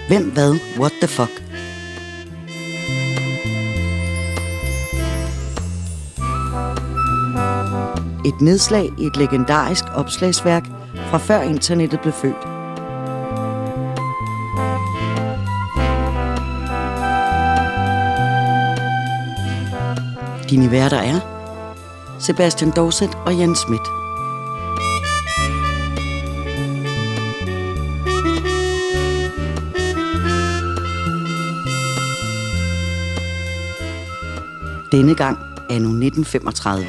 Hvem, hvad, what the fuck? Et nedslag i et legendarisk opslagsværk fra før internettet blev født. Dine værter er Sebastian Dorset og Jens Schmidt. Denne gang anno 1935.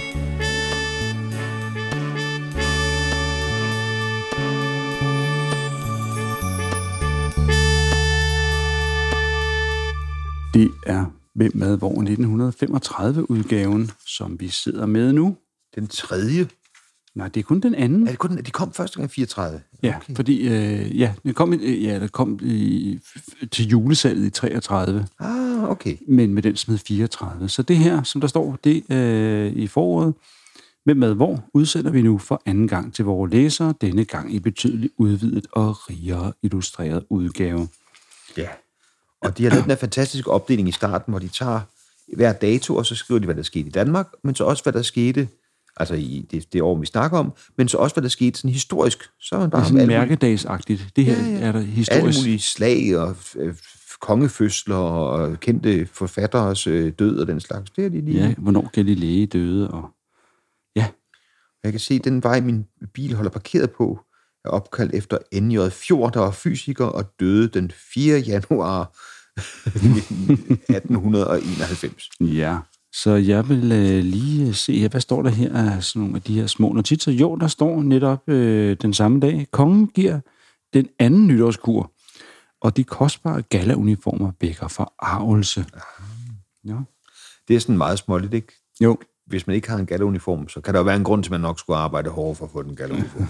Det er Hvem med hvor 1935-udgaven, som vi sidder med nu. Den tredje? Nej, det er kun den anden. Er det kun den? De kom første gang i 34? Ja, okay. Fordi det kom til julesalget i 33. Ah, okay. Men med den smed 34. Så det her, som der står, det i foråret, Hvem med hvor, udsender vi nu for anden gang til vores læsere, denne gang i betydeligt udvidet og rigere illustreret udgave. Ja. Og de har lavet den her fantastiske opdeling i starten, hvor de tager hver dato, og så skriver de, hvad der skete i Danmark, men så også, hvad der skete, altså i det år, vi snakker om, men så også, hvad der skete sådan historisk. Så er man bare det er sådan mærkedagsagtigt. Det her er der historisk. Alle mulige slag og kongefødsler og kendte forfatteres død og den slags. Det er de lige. Ja, hvornår Galilei døde, og ja. Jeg kan se, at den vej, min bil holder parkeret på, er opkaldt efter N.J. Fjord, der var fysiker og døde den 4. januar 1891. Ja, så jeg vil lige se her, hvad står der her af sådan nogle af de her små notitser. Jo, der står netop den samme dag, kongen giver den anden nytårskur, og de kostbare gala-uniformer vækker forarvelse. Ja. Det er sådan meget småligt, ikke? Jo. Hvis man ikke har en gala-uniform, så kan der jo være en grund til, at man nok skulle arbejde hårdere for at få den gala-uniform.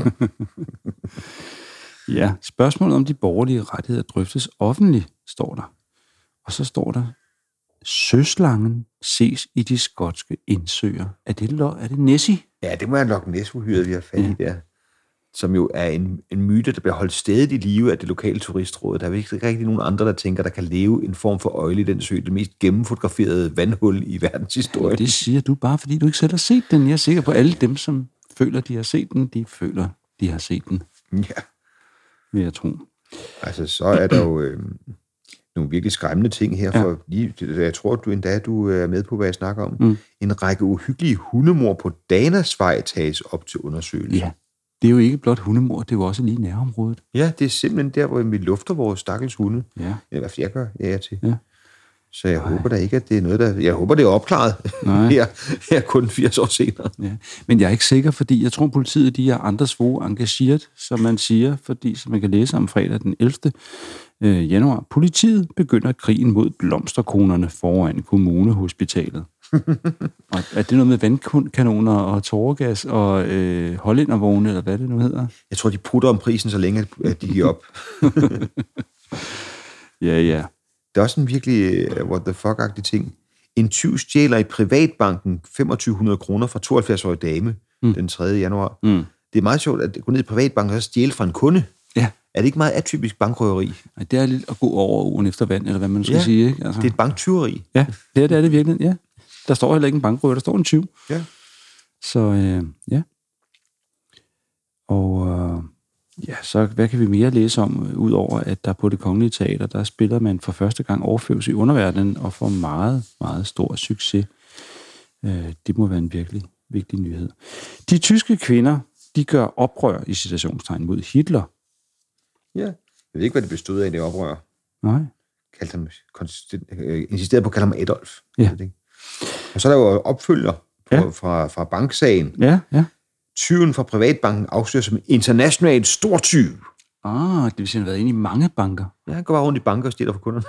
Ja, spørgsmålet om de borgerlige rettigheder drøftes offentligt, står der. Og så står der, søslangen ses i de skotske indsøer. Er det Nessie? Ja, det må være nok Ness-uhyret, vi har fat i der. Som jo er en myte, der bliver holdt stedigt i live af det lokale turistråd. Der er ikke rigtig nogen andre, der tænker, der kan leve en form for øjle i den sø. Det mest gennemfotograferede vandhul i verdenshistorien. Ja, det siger du bare, fordi du ikke selv har set den. Jeg er sikker på, at alle dem, som føler, de har set den, de føler, de har set den. Ja. Vil jeg tro. Altså, så er der jo nogle virkelig skræmmende ting her. For jeg tror, du er med på, hvad jeg snakker om. En række uhyggelige hundemord på Danasvej tages op til undersøgelse. Ja. Det er jo ikke blot hundemor, det er jo også lige nærområdet. Ja, det er simpelthen der, hvor vi lufter vores stakkels hunde. Ja. I hvert fald jeg gør til. Ja. Så jeg håber da ikke, at det er noget, der... Jeg håber, det er opklaret her kun 80 år senere. Ja. Men jeg er ikke sikker, fordi jeg tror, politiet de er andre svoge engageret, som man siger, fordi som man kan læse om fredag den 11. januar. Politiet begynder krigen mod blomsterkronerne foran kommunehospitalet. Og er det noget med vandkanoner og tåregas og hollændervogne, eller hvad det nu hedder? Jeg tror, de putter om prisen, så længe at de giver op. Ja. Det er også en virkelig what the fuck-agtig ting. En tyv stjæler i privatbanken 2500 kroner fra 72-årige dame den 3. januar. Det er meget sjovt at gå ned i privatbanken og stjæle fra en kunde. Ja. Er det ikke meget atypisk bankrøveri? Nej, det er lidt at gå over ugen efter vand, eller hvad man skal sige. Ikke? Altså. Det er et banktyveri. Ja, det er det virkelig. Ja. Der står heller ikke en bankrøver, der står en tyv. Ja. Så ja. Og så hvad kan vi mere læse om, udover at der på Det Kongelige Teater, der spiller man for første gang Orfeus i underverdenen, og får meget, meget stor succes. Det må være en virkelig vigtig nyhed. De tyske kvinder, de gør oprør i citationstegn mod Hitler. Ja, jeg ved ikke, hvad det bestod af, det oprør. Nej. Insisterede på at kalde ham Adolf. Ja. Og så er der jo opfølger fra banksagen. Ja. Tyven fra privatbanken afslører som en international stor tyv. Det vil sige, han har været inde i mange banker. Ja, han går bare rundt i banker og stjæler for kunderne.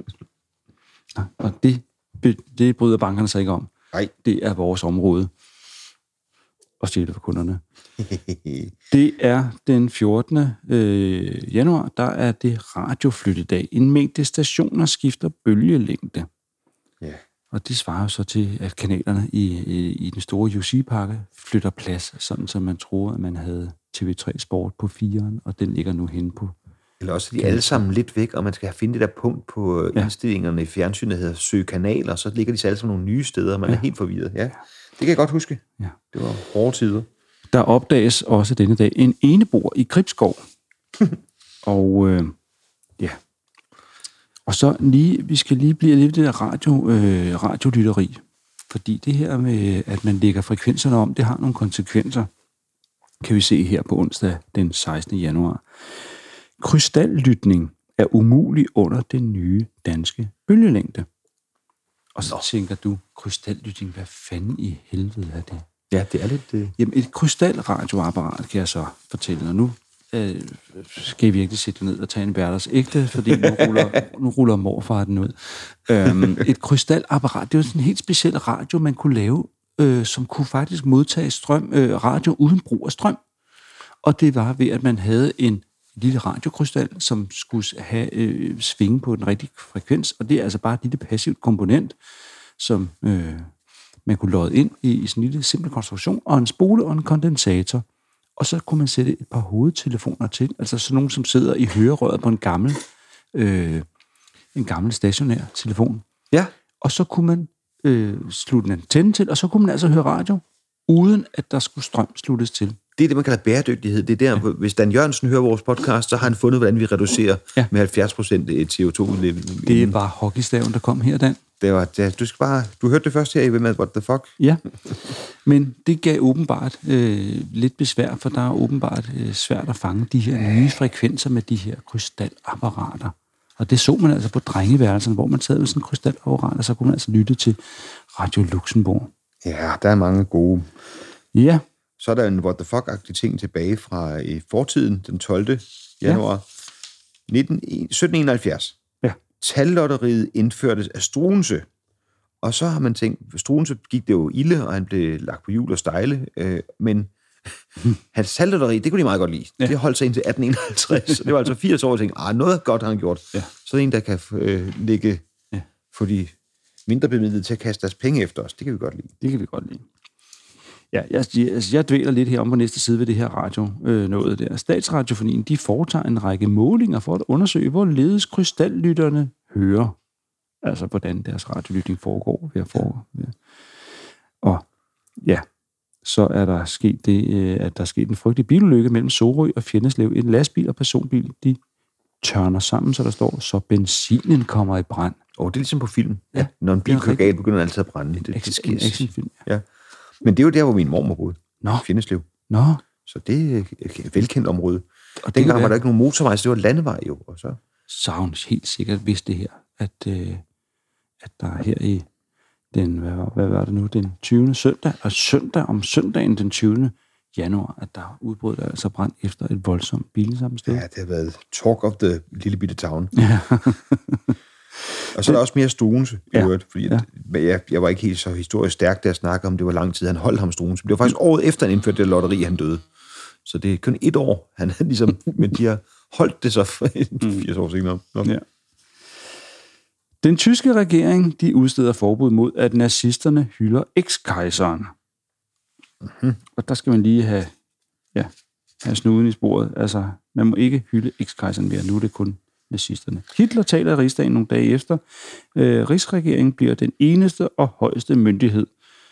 Og det bryder bankerne sig ikke om. Nej. Det er vores område og stjæle for kunderne. Det er den 14. januar, der er det radioflyttedag. En mængde stationer skifter bølgelængde. Ja. Og det svarer jo så til, at kanalerne i den store UC-pakke flytter plads, sådan som man troede, at man havde TV3 Sport på 4'eren, og den ligger nu henne på Eller også er de alle sammen lidt væk, og man skal finde det der punkt på indstillingerne i fjernsynet, der hedder søg kanaler, så ligger de alle sammen nogle nye steder, og man er helt forvirret. Ja, det kan jeg godt huske. Ja. Det var hårde tider. Der opdages også denne dag en eneboer i Gribskov. Og og så vi skal lige blive lidt det der radiolytteri. Fordi det her med, at man lægger frekvenserne om, det har nogle konsekvenser, kan vi se her på onsdag den 16. januar. Krystallytning er umulig under den nye danske bølgelængde. Og så tænker du, krystallytning, hvad fanden i helvede er det? Ja, det er lidt... Jamen, et krystalradioapparat, kan jeg så fortælle. Og nu skal I virkelig sætte ned og tage en Berders ægte, fordi nu ruller morfar den ud. Et krystalapparat, det var sådan en helt speciel radio, man kunne lave, som kunne faktisk modtage radio uden brug af strøm. Og det var ved, at man havde en lille radiokrystal, som skulle have svinge på den rigtige frekvens, og det er altså bare et lille passivt komponent, som man kunne lodde ind i sådan en lille simpel konstruktion, og en spole og en kondensator. Og så kunne man sætte et par hovedtelefoner til, altså sådan nogle, som sidder i hørerøret på en gammel stationær telefon. Ja. Og så kunne man slutte en antenne til, og så kunne man altså høre radio, uden at der skulle strøm sluttes til. Det er det, man kalder bæredygtighed. Det er der, hvis Dan Jørgensen hører vores podcast, så har han fundet, hvordan vi reducerer med 70% CO2-udledning. Det er bare hockeystaven, der kom her, Dan. Du hørte det først her i Hvad med What the Fuck? Ja, men det gav åbenbart lidt besvær, for der er åbenbart svært at fange de her nye frekvenser med de her krystalapparater. Og det så man altså på drengeværelserne, hvor man sad med sådan en krystalapparat, og så kunne man altså lytte til Radio Luxembourg. Ja, der er mange gode. Ja. Så er der en What the Fuck-agtig ting tilbage fra fortiden, den 12. januar 1771. Ja. Tallotteriet indførtes af Struensee. Og så har man tænkt, Struensee gik det jo ilde, og han blev lagt på hjul og stejle, men hans tallotteri, det kunne de meget godt lide. Ja. Det holdt sig indtil 1851, og det var altså 80 år, og jeg tænkte, noget godt har han gjort. Ja. Så er en, der kan ligge for de mindre bemidlede til at kaste deres penge efter os. Det kan vi godt lide. Det kan vi godt lide. Ja, jeg dvæler lidt her om på næste side ved det her radio-noget der. Statsradiofonien, de foretager en række målinger for at undersøge, hvorledes krystallytterne hører. Altså, hvordan deres radiolytning foregår ved at foregå. Ja. Og ja, så er der sket det, at der er sket en frygtelig bilulykke mellem Sorø og Fjenneslev. En lastbil og personbil, de tørner sammen, så der står, så benzinen kommer i brand. Det er ligesom på film. Ja. Når en bil kører galt, begynder den altid at brænde. Det sker. Actionfilm. Ja. Men det er jo der, hvor min mormor boede. Fjenneslev. Så det er et velkendt område. Og dengang var der ikke nogen motorvej, så det var landevej jo. Og så har hun helt sikkert vidst det her, at der her i den, hvad var det nu, den 20. søndag, og søndagen den 20. januar, at der udbrød der altså brand efter et voldsomt bilsammenstød. Ja, det har været talk of the lille bitte town. Ja. Og så er der også mere Struensee i øvrigt, fordi jeg var ikke helt så historisk stærk, da jeg snakkede om, det var lang tid, han holdt ham Struensee. Det var faktisk året efter, han indførte det lotteri, han døde. Så det er kun 1 år, han havde ligesom, men de har holdt det så for 80 år senere. Ja. Den tyske regering, de udsteder forbud mod, at nazisterne hylder ekskejseren. Mm-hmm. Og der skal man lige have snuden i sporet. Altså, man må ikke hylde ekskejseren mere. Nu er det kun nazisterne. Hitler taler i rigsdagen nogle dage efter. Rigsregeringen bliver den eneste og højeste myndighed.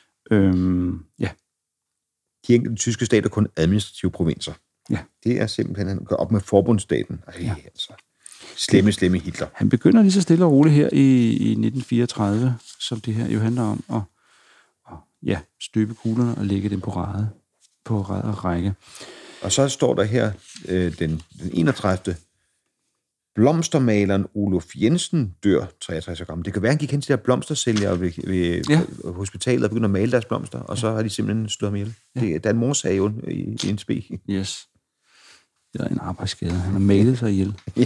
De enkelte tyske stater er kun administrative provinser. Ja. Det er simpelthen, han går op med forbundsstaten. Altså. Slemme Hitler. Han begynder lige så stille og roligt her i 1934, som det her jo handler om, at støbe kuglerne og lægge dem på ræde og række. Og så står der her den 31. Blomstermaleren Olof Jensen dør 63 år gammel. Det kan være, han gik hen til de her blomstersælgere ved hospitalet og begynder at male deres blomster, og så har de simpelthen slået ham ihjel. Ja. Der er en morsag jo i en spe. Yes. Det er en arbejdsskade. Han har malet sig ihjel. Ja.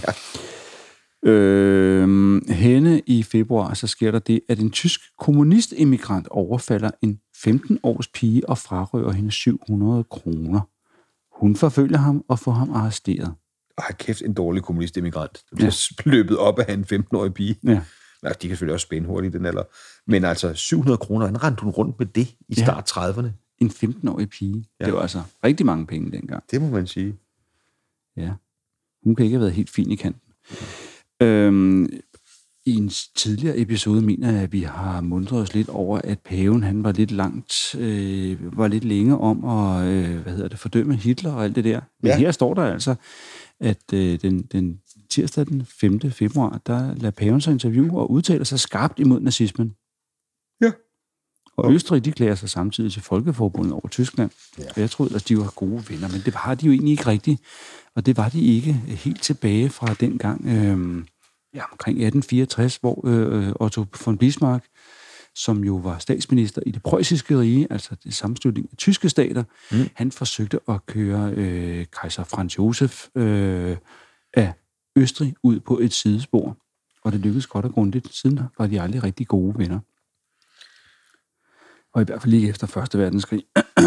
Henne i februar, så sker der det, at en tysk kommunistemigrant overfalder en 15-års pige og frarøver hende 700 kroner. Hun forfølger ham og får ham arresteret. Kæft, en dårlig kommunistemigrant. Der bliver løbet op af en 15-årig pige. Ja. De kan selvfølgelig også spænde hurtigt den alder. Men altså 700 kroner, han rendte hun rundt med det i start 30'erne. En 15-årig pige. Ja. Det var altså rigtig mange penge dengang. Det må man sige. Ja. Hun kan ikke have været helt fin i kanten. I en tidligere episode mener jeg, at vi har mundret os lidt over, at paven han var lidt længe om at fordømme Hitler og alt det der. Men her står der altså, at den tirsdag den 5. februar, der lader paven sig interviewe og udtaler sig skarpt imod nazismen. Ja. Og Østrig, de klæder sig samtidig til Folkeforbundet over Tyskland. Ja. Jeg troede, at de var gode venner, men det var de jo egentlig ikke rigtigt. Og det var de ikke helt tilbage fra dengang, omkring 1864, hvor Otto von Bismarck, som jo var statsminister i det preussiske rige, altså det sammenslutning af tyske stater, han forsøgte at køre kejser Franz Josef af Østrig ud på et sidespor. Og det lykkedes godt og grundigt. Siden var de aldrig rigtig gode venner. Og i hvert fald lige efter 1. verdenskrig.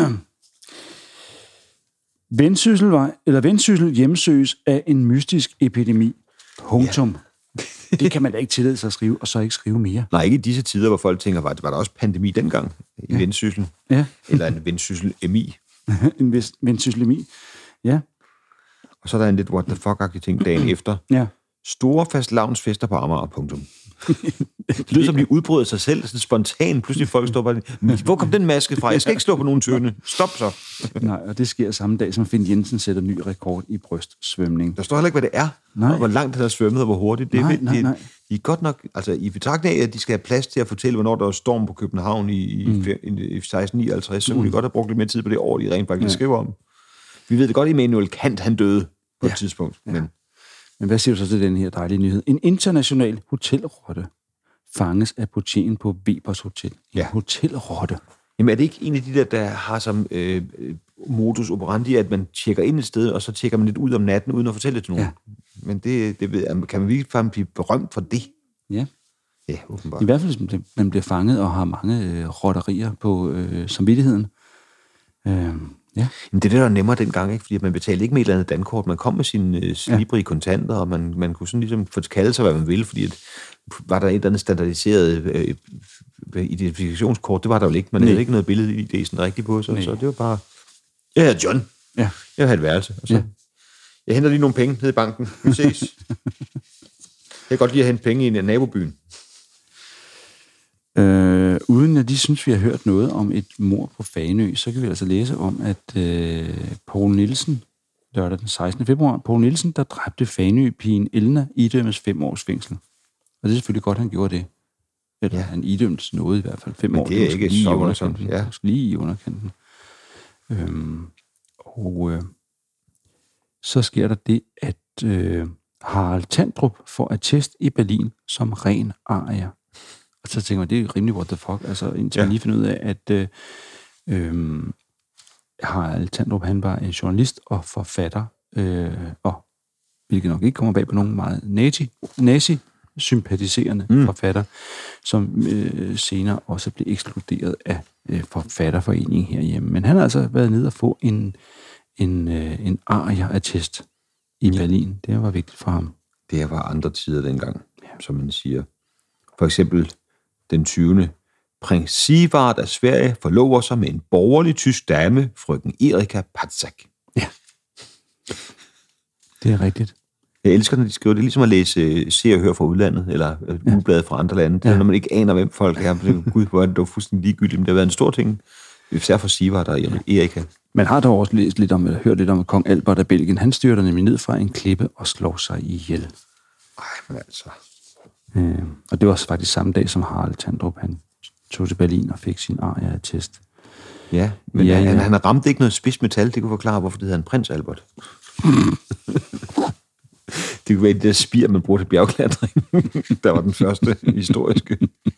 Vendsyssel hjemsøges af en mystisk epidemi. Punktum. Ja. Det kan man da ikke tillade sig at skrive, og så ikke skrive mere. Nej, ikke i disse tider, hvor folk tænker, var der også pandemi dengang i Vendsyssel? Ja. Eller en Vendsyssel-emi. En Vendsyssel-emi, ja. Og så er der en lidt what the fuck-agtig ting dagen efter. Ja. Store fastlavnsfester på Amager, punktum. Det lyder som, de udbrød sig selv, sådan spontant. Pludselig folk står bare, hvor kom den maske fra? Jeg skal ikke slå på nogen tønde. Stop så. Nej, og det sker samme dag, som Finn Jensen sætter ny rekord i brystsvømning. Der står heller ikke, hvad det er, og hvor langt det har svømmet, og hvor hurtigt. Det er de er godt nok, altså i betragtning af, at de skal have plads til at fortælle, hvornår der var storm på København i 1659, så kunne de godt have brugt lidt mere tid på det år, de rent faktisk skriver om. Vi ved det godt, Immanuel Kant, han døde på et tidspunkt. Ja. Men hvad siger du så til den her dejlige nyhed? En international hotelrotte fanges af betjent på Webers Hotel. En hotelrotte. Jamen er det ikke en af de der har som modus operandi, at man tjekker ind et sted, og så tjekker man lidt ud om natten, uden at fortælle det til nogen? Ja. Men det ved jeg, kan man virkelig blive berømt for det? Ja. Ja, åbenbart. I hvert fald, hvis man bliver fanget og har mange rotterier på samvittigheden. Ja. Men det der nemmere dengang, ikke? Fordi man betalte ikke med et eller andet dankort. Man kom med sine slibre i kontanter, og man kunne sådan ligesom kalde sig, hvad man ville, fordi var der et eller andet standardiseret identifikationskort, det var der jo ikke. Man havde ikke noget billede i det sådan rigtigt på, så det var bare, jeg hedder John. Ja. Jeg har et værelse. Og så, jeg henter lige nogle penge ned i banken. Vi ses. Jeg kan godt lide at hente penge i en nabobyen. Uden at de synes, vi har hørt noget om et mord på Fanø, så kan vi altså læse om, at Poul Nielsen, lørdag den 16. februar, Poul Nielsen, der dræbte Fanø-pigen Elna, idømmes 5 års fængsel. Og det er selvfølgelig godt, han gjorde det. Eller han idømtes noget i hvert fald. 5 år. Det er ikke så underkanten. Ja. Lige i underkanten. Så sker der det, at Harald Tandrup får attest i Berlin som ren arier. Og så tænker man, det er rimelig what the fuck. Altså indtil man lige finder ud af, at Harald Tandrup, han var en journalist og forfatter, og hvilket nok ikke kommer bag på nogen meget nazi-sympatiserende forfatter, som senere også blev ekskluderet af forfatterforeningen herhjemme. Men han har altså været nede og få en arier-attest i Berlin. Det var vigtigt for ham. Det var andre tider dengang, som man siger. For eksempel den 20. Prins Sigvard af Sverige forlover sig med en borgerlig tysk dame, frøken Erika Patzak. Ja. Det er rigtigt. Jeg elsker, når de skriver det. Er ligesom at læse Se og Hør fra udlandet, eller ugeblade fra andre lande. Det er, når man ikke aner, hvem folk er. Gud, hvor er det dog fuldstændig ligegyldigt. Men det har været en stor ting. Især for Sigvard og Erika. Man har dog også læst lidt om, eller hørt lidt om, at kong Albert af Belgien, han styrter nemlig ned fra en klippe og slår sig ihjel. Ej, men altså... Og det var faktisk samme dag, som Harald Tandrup, han tog til Berlin og fik sin aria-attest. Ja, men han ramte ikke noget spids metal. Det kunne forklare, hvorfor det hedder en prins Albert. Det kunne være det spir, man bruger til bjergklatring. Der var den første historiske.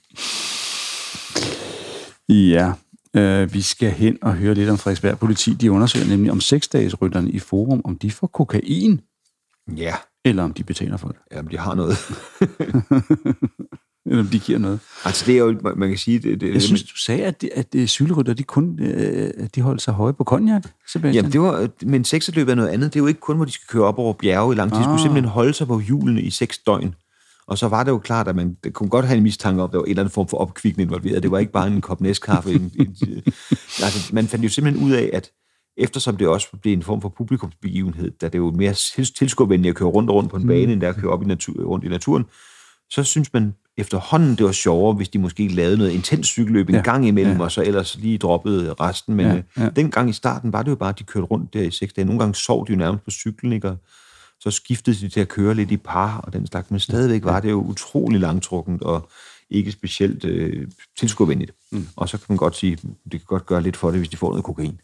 Ja, vi skal hen og høre lidt om Frederiksberg Politi. De undersøger nemlig om 6-dagesrytterne i Forum, om de får kokain. Ja. Eller om de betaler for det. Ja, om de har noget. Eller om de giver noget. Altså det er jo, man kan sige... Jeg synes, du sagde, at cykelrytter, de holdt sig høje på cognac, Sebastian. Jamen, men sekserløb er noget andet. Det er jo ikke kun, hvor de skal køre op over bjerge i lang tid. De skulle simpelthen holde sig på hjulene i 6 døgn. Og så var det jo klart, at man kunne godt have en mistanke om, at der var en eller anden form for opkvikken involveret. Det var ikke bare en kop næskaffe. Altså, man fandt jo simpelthen ud af, at eftersom det også blev en form for publikumsbegivenhed, da det er jo mere tilskuervenligt at køre rundt på en bane, end der at køre op rundt i naturen, så synes man efterhånden, det var sjovere, hvis de måske lavede noget intens cykelløb en gang imellem, og så ellers lige droppede resten. Men dengang i starten var det jo bare, at de kørte rundt der i 6 dage. Nogle gange sov de jo nærmest på cyklen, ikke? Og så skiftede de til at køre lidt i par og den slags, men stadigvæk var det jo utrolig langtrukkent og ikke specielt tilskuervenligt. Og så kan man godt sige, det kan godt gøre lidt for det, hvis de får noget kokain.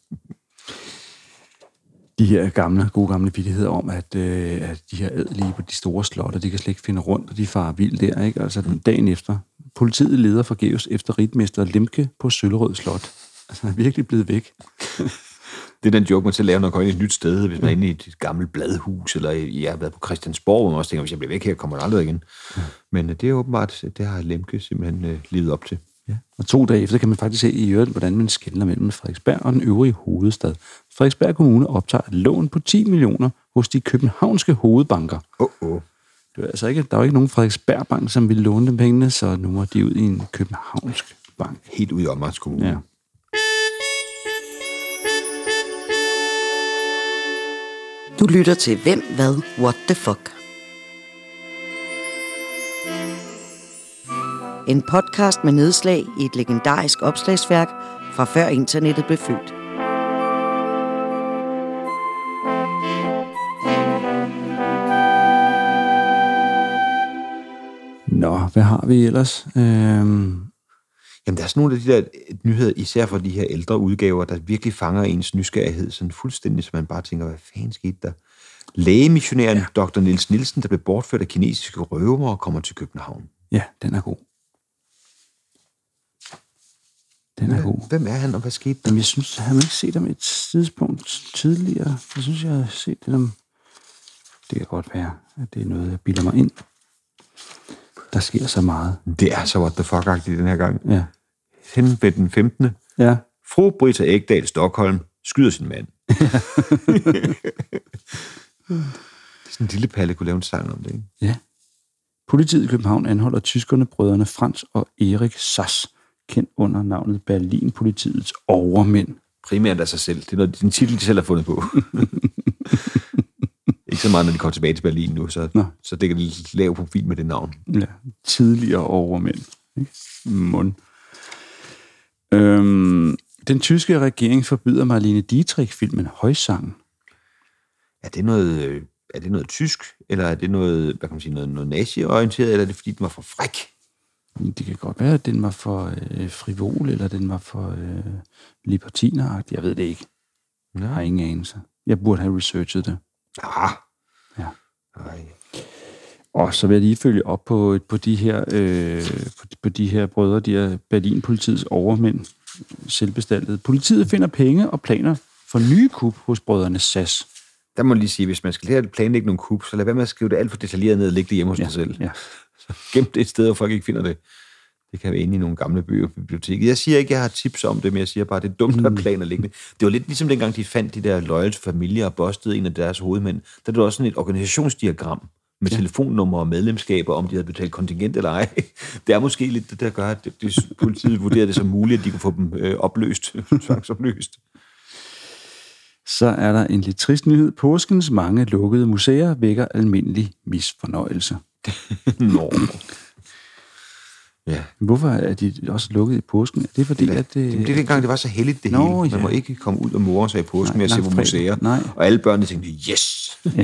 De her gode gamle vittigheder om, at de her adelige på de store slotte, de kan slet ikke finde rundt, og de farer vildt der, ikke? Altså dagen efter. Politiet leder forgæves efter ritmester Lemke på Søllerød Slot. Altså, han er virkelig blevet væk. Det er den joke, man til at lave, når man går ind i et nyt sted, hvis man er inde i et gammelt bladhus, eller jeg har været på Christiansborg, hvor man også tænker, hvis jeg bliver væk her, kommer jeg aldrig igen. Men det er åbenbart, det har Lemke simpelthen levet op til. Ja. Og 2 dage efter kan man faktisk se i øvrigt, hvordan man skelner mellem Frederiksberg og den øvrige hovedstad. Frederiksberg Kommune optager et lån på 10 millioner hos de københavnske hovedbanker. Det er altså ikke, der er jo ikke nogen Frederiksberg Bank, som vil låne dem pengene, så nu må de ud i en københavnsk bank. Helt ude i omegnskommunen. Ja. Du lytter til Hvem, Hvad, What the Fuck. En podcast med nedslag i et legendarisk opslagsværk fra før internettet blev født. Nå, hvad har vi ellers? Jamen, der er sådan nogle af de der nyheder, især for de her ældre udgaver, der virkelig fanger ens nysgerrighed, sådan fuldstændig, så man bare tænker, hvad fanden skete der? Lægemissionæren Dr. Niels Nielsen, der blev bortført af kinesiske røvere, kommer til København. Ja, den er god. Hvem er han, og hvad skete der? Jamen, jeg synes, har man ikke set ham et tidspunkt tidligere? Jeg synes, jeg har set det om. Det kan godt være, at det er noget, jeg bilder mig ind. Der sker så meget. Det er så what the fuck-agtigt den her gang. Ja. Hende ved den 15. Ja. Fru Britta Ekdal Stockholm skyder sin mand. Det er sådan en lille palle, kunne lave en sang om det, ikke? Ja. Politiet i København anholder tyskerne brødrene Frans og Erik Sass, kendt under navnet Berlin-politiets overmænd. Primært af sig selv. Det er en titel, de selv har fundet på. Ikke så meget, når de kommer tilbage til Berlin nu, så det kan de lave profil med det navn. Ja, tidligere overmænd. Ikke? Den tyske regering forbyder Marlene Dietrich-filmen Højsangen. Er det noget tysk, eller er det noget, hvad kan man sige, noget nazi-orienteret, eller er det fordi, den var for fræk? Det kan godt være, at den var for frivol, eller den var for libertineragtig. Jeg ved det ikke. Jeg har ingen anelse. Jeg burde have researchet det. Aha. Ja. Ej. Og så vil jeg lige følge op på de her brødre, de her Berlin-politiets overmænd, selvbestaltet. Politiet finder penge og planer for nye kup hos brødrene Sass. Der må jeg lige sige, hvis man skal lære at planlægge nogle kup, så lad være med at skrive det alt for detaljeret ned og lægge det hjemme hos dig selv. Ja. Så gem det et sted, hvor folk ikke finder det. Det kan være inde i nogle gamle bøger på biblioteket. Jeg siger ikke, jeg har tips om det, men jeg siger bare, at det er dumt at planer liggende. Det var lidt ligesom dengang, de fandt de der Loyals familier og bostede en af deres hovedmænd. Der var også sådan et organisationsdiagram med telefonnummer og medlemskaber, om de havde betalt kontingent eller ej. Det er måske lidt det, der gør, at politiet vurderer det som muligt, at de kunne få dem opløst, tvangsopløst. Så er der en lidt trist nyhed. Påskens mange lukkede museer vækker almindelig misfornøjelse. Nå. Ja. Hvorfor er de også lukket i påsken? Er det fordi, at det... Det er dengang, det var så heldigt, det hele. Man må ikke komme ud og more sig i påsken med at se på museer. Nej. Og alle børnene tænkte, yes! Ja.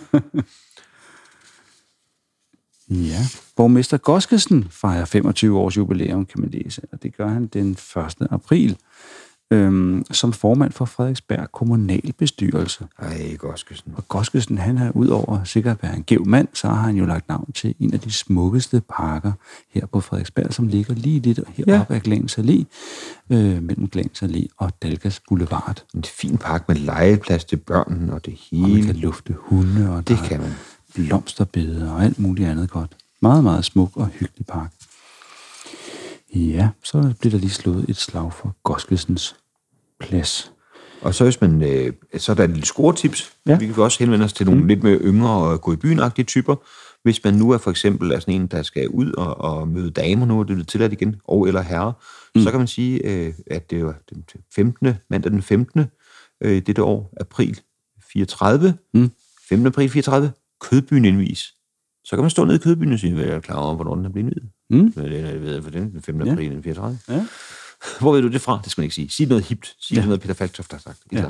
Ja. Borgmester Goskesen fejrer 25 års jubilæum, kan man læse. Og det gør han den 1. april. Som formand for Frederiksberg kommunalbestyrelse. Ej, Goskesen. Og Goskesen, han har udover sikkert at være en gæv mand, så har han jo lagt navn til en af de smukkeste parker her på Frederiksberg, som ligger lige lidt heroppe af Glans Allé, mellem Glans Allé og Dalgas Boulevard. En fin park med legeplads til børn og det hele. Og man kan lufte hunde, og det kan man. Blomsterbede og alt muligt andet godt. Meget, meget smuk og hyggelig park. Ja, så bliver der lige slået et slag for Goskesens plads. Og så hvis man, så er der et lille scoretips. Ja. Vi kan også henvende os til nogle lidt mere yngre og gå i byen-agtige typer. Hvis man nu er for eksempel sådan en, der skal ud og møde damer nu, og det er tilladt igen, og eller herrer, så kan man sige, at det var den 15. mandag den 15. dette år, april 34, 15. april 34, Kødbyen indvis. Så kan man stå nede i Kødbyen og sige, at jeg er klar over, hvornår den er blevet indviet. Jeg ved for den 15. april 34. Ja. Hvor ved du det fra? Det skal man ikke sige. Sig noget hipt. Sig noget, Peter Falktoft har sagt. Ja.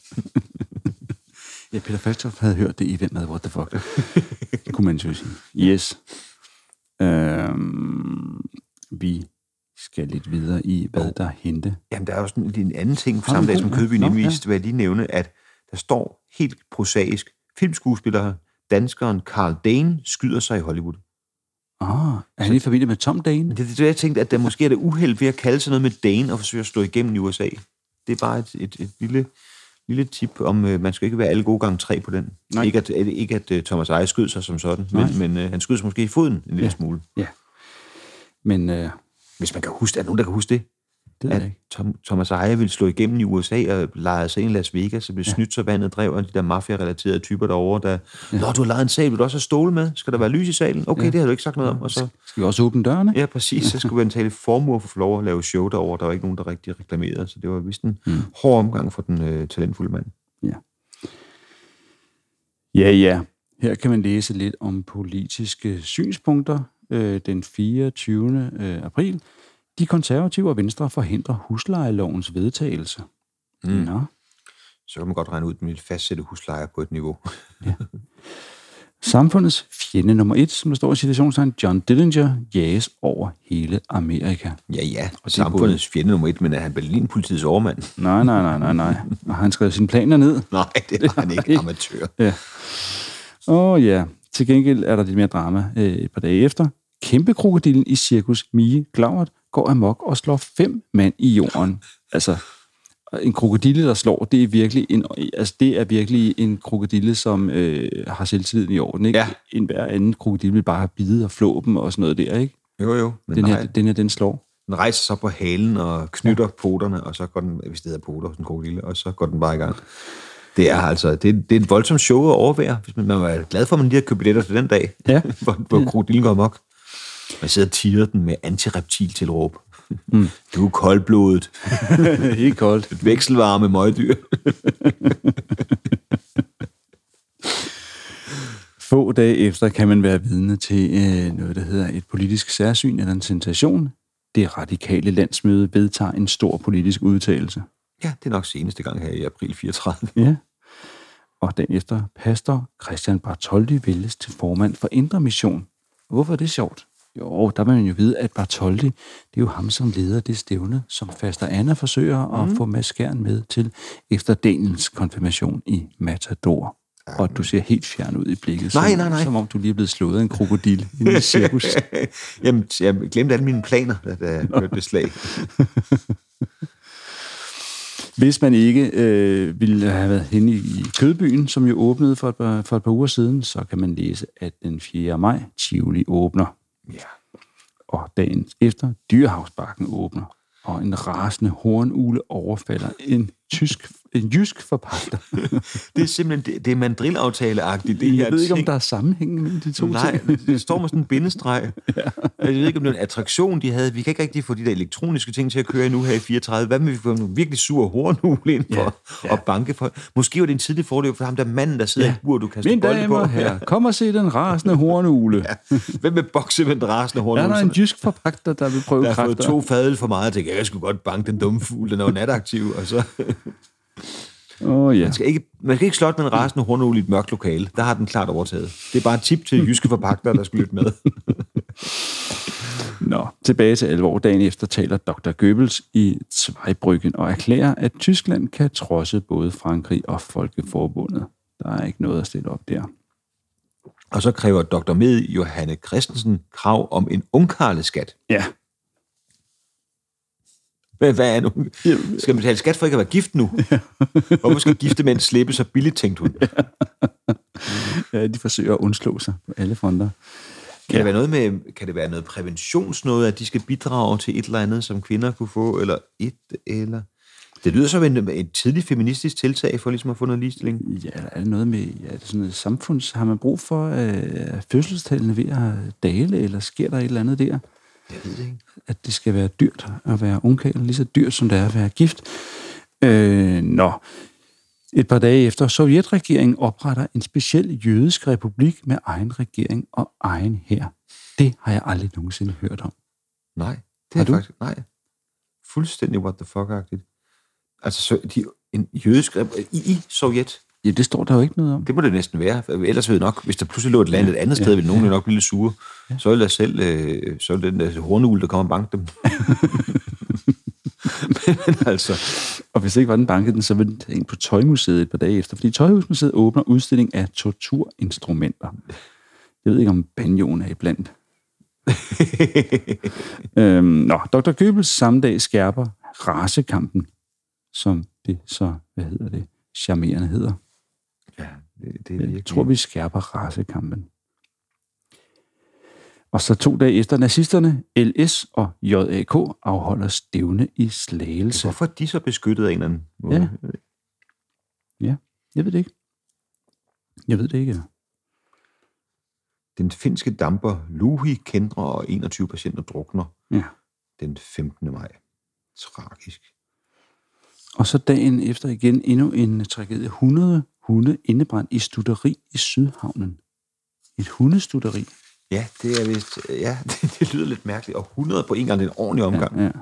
Ja, Peter Falktoft havde hørt det i Hvem med What the Fuck. Det kunne man jo sige. Yes. Vi skal lidt videre i, hvad der hente. Jamen, der er jo sådan en anden ting på samme dag, som Kødbyen indvist, vil jeg lige nævne, at der står helt prosaisk, filmskuespiller, danskeren Carl Dane skyder sig i Hollywood. Er han i familie med Tom Dane? Det jeg tænkte, at der måske er det uheld ved at kalde sig noget med Dane og forsøge at slå igennem i USA. Det er bare et lille tip om, man skal ikke være alle gode gange 3 på den. Ikke at Thomas Eje skød sig som sådan, men han skød sig måske i foden en lille smule. Ja. Men hvis man kan huske, er nogen, der kan huske det? At Thomas Eje ville slå igennem i USA og lejede sig ind i Las Vegas, så blev snydt, så vandet drev, og de der mafia-relaterede typer derovre, der... Nå, du har lejet en sal, vil du også have stole med? Skal der være lys i salen? Okay, det har du ikke sagt noget om. Og så... Skal vi også åbne dørene? Ja, præcis. Så skulle vi antale formue for at få lov at lave show derovre. Der var ikke nogen, der rigtig reklamerede, så det var vist en hård omgang for den talentfulde mand. Ja. Her kan man læse lidt om politiske synspunkter. Den 24. april. De konservative og Venstre forhindrer huslejelovens vedtagelse. Nå. Så kan man godt regne ud, at man vil fastsætte huslejer på et niveau. Samfundets fjende nummer 1, som der står i citationstegn, John Dillinger, jages over hele Amerika. Ja. Og samfundets fjende nummer 1, men er han Berlin-politiets overmand? Nej. Og han skrev sine planer ned. Nej, det er han ikke. Amatør. Ja. Til gengæld er der lidt mere drama et par dage efter. Kæmpe krokodillen i cirkus Mie Glauvert går amok og slår 5 mand i jorden. Altså, en krokodille, der slår, det er virkelig en krokodille, som har selvtilliden i orden, ikke? Ja. En hver anden krokodille vil bare bide og flå dem og sådan noget der, ikke? Jo. Men den slår. Den rejser sig på halen og knytter poterne, og så går den, hvis det hedder poter, en krokodille, og så går den bare i gang. Det er altså, det er et voldsomt show at overvære, hvis man var glad for, at man lige har købt billetter til den dag, hvor krokodillen går amok. Man sidder og tirer den med antireptil til råb. Du er koldblodet. Helt koldt. Et vekselvarme møgdyr. Få dage efter kan man være vidne til noget, der hedder et politisk særsyn eller en sensation. Det radikale landsmøde vedtager en stor politisk udtalelse. Ja, det er nok seneste gang her i april 34. Ja. Og dagen efter, pastor Christian Bartholdi vælges til formand for Indre Mission. Hvorfor er det sjovt? Jo, der vil man jo vide, at Bartholdi, det er jo ham, som leder det stævne, som faster Anna forsøger at få Mads Skjern med til efter Daniels konfirmation i Matador. Og du ser helt fjern ud i blikket, nej. Som om du lige er blevet slået af en krokodil i en cirkus. Jamen, jeg glemte alle mine planer, da jeg hørte det slag. Hvis man ikke ville have været henne i Kødbyen, som jo åbnede for et par uger siden, så kan man læse, at den 4. maj Tivoli åbner. Ja. Og dagen efter Dyrehavsbakken åbner, og en rasende hornugle overfalder en jysk forpagter. Det er simpelthen, det er mandrilaftale-agtigt. Jeg ved ikke, om der er sammenhæng mellem de to ting. Nej, det står med sådan en bindestreg. Ja. Jeg ved ikke, om det er en attraktion, de havde. Vi kan ikke rigtig få de der elektroniske ting til at køre nu her i 34. Hvad med, vi får en virkelig sur hornugle ind for at banke for? Måske var det en tidlig fordel for ham, der manden, der sidder i et bur, du kaster bolde på. Her. Kom og se den rasende hornugle. Ja. Hvem vil bokse med den rasende hornugle? Der er en jysk forpagter, der vil prøve kræfter. Der har fået 2 fadøl for meget, og tænker, jeg skulle godt banke den dumme fugl, den er jo nataktiv, og så... Man skal ikke slåt med en rasende hornugle i et mørkt lokale. Der har den klart overtaget. Det er bare et tip til jyske forpagter, der skulle lytte med. Tilbage til alvor. Dagen efter taler Dr. Goebbels i Zweibrücken og erklærer, at Tyskland kan trodse både Frankrig og Folkeforbundet. Der er ikke noget at stille op der. Og så kræver Dr. Med Johanne Christensen krav om en ungkarleskat. Ja. Hvad er nu? Skal man betale skat for ikke at være gift nu? Hvorfor skal gifte mænd slippe så billigt, tænkte hun? Ja, de forsøger at undslå sig på alle fronter. Kan det være noget præventionsnåde, at de skal bidrage til et eller andet, som kvinder kunne få, eller? Det lyder som et tidligt feministisk tiltag for ligesom at få noget ligestilling. Ja, er det noget med sådan noget samfunds... Har man brug for fødselstallene ved at dale, eller sker der et eller andet der? Jeg ved det ikke. At det skal være dyrt at være ungkarl, lige så dyrt som det er at være gift. Et par dage efter, Sovjetregeringen opretter en speciel jødisk republik med egen regering og egen hær. Det har jeg aldrig nogensinde hørt om. Nej, det er faktisk... Nej. Fuldstændig what the fuck-agtigt. Altså, en jødisk i Sovjet... Ja, det står der jo ikke noget om. Det må det næsten være. Ellers ved jeg nok, hvis der pludselig lå et land et andet sted, ville nogen jo nok blive lidt sure. Ja. Så ville der selv, så ville den der hornugle, der kommer og banke dem. Men altså... Og hvis det ikke var den bankede den, så ville den ind på Tøjmuseet et par dage efter, fordi Tøjhusmuseet åbner udstilling af torturinstrumenter. Jeg ved ikke, om banjoen er iblandt. Dr. Goebbels samme dag skærper racekampen, som det så, charmerende hedder. Ja, det er virkelig... Jeg tror, vi skærper racekampen. Og så 2 dage efter nazisterne, LS og JAK afholder stævne i Slagelse. Hvorfor er de så beskyttet af en eller anden måde? Ja, jeg ved det ikke. Den finske damper Louhi kæntrer og 21 patienter drukner den 15. maj. Tragisk. Og så dagen efter igen endnu en tragedie. 100 hunde indebrændt i stutteri i Sydhavnen. Et hundestutteri. Ja, det er vist... Ja, det lyder lidt mærkeligt. Og 100 på en gang, det er en ordentlig omgang. Ja.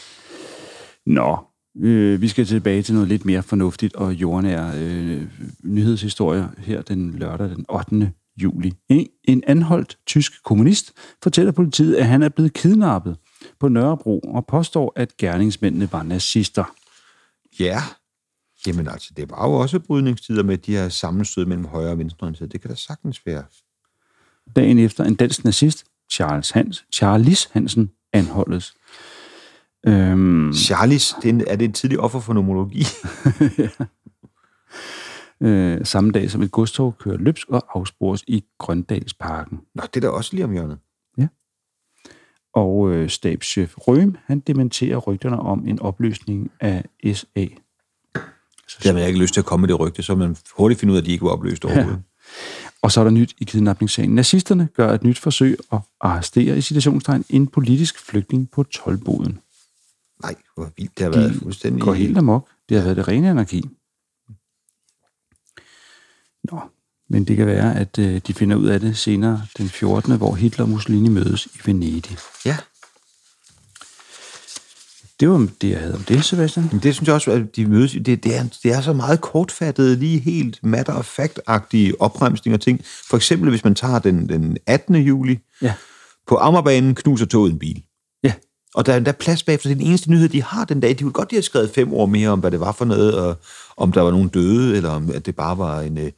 Vi skal tilbage til noget lidt mere fornuftigt og jordnære nyhedshistorier her den lørdag den 8. juli. En anholdt tysk kommunist fortæller politiet, at han er blevet kidnappet på Nørrebro og påstår, at gerningsmændene var nazister. Ja, jamen altså, det var jo også brydningstider med de her sammenstød mellem højre og venstreorienterede. Det kan da sagtens være. Dagen efter en dansk nazist, Charlis Hansen, anholdes. Charlis, er det et tidligt offer for nomologi? Samme dag som et godstog kører løbsk og afspores i Grøndalsparken. Nå, det er da også lige om hjørnet. Ja. Og stabschef Røhm, han dementerer rygterne om en opløsning af SA. Det har man ikke lyst til at komme med det rygte, så man hurtigt finder ud af, at de ikke var opløst overhovedet. Ja. Og så er der nyt i kidnapningssagen. Nazisterne gør et nyt forsøg at arrestere i citationstegn en politisk flygtning på toldboden. Nej, hvor vildt det har været fuldstændig... Det går helt amok. Det har været det rene anarki. Men det kan være, at de finder ud af det senere den 14., hvor Hitler og Mussolini mødes i Venedig. Ja. Det var det, jeg havde om det, Sebastian. Men det synes jeg også, at de mødes. Det er så meget kortfattet, lige helt matter of fact-agtige opremsninger og ting. For eksempel, hvis man tager den 18. juli, på Amagerbanen knuser toget en bil. Ja. Og der er plads bagefter. Det er den eneste nyhed, de har den dag. De ville godt have skrevet 5 ord mere om, hvad det var for noget, og om der var nogen døde, eller om at det bare var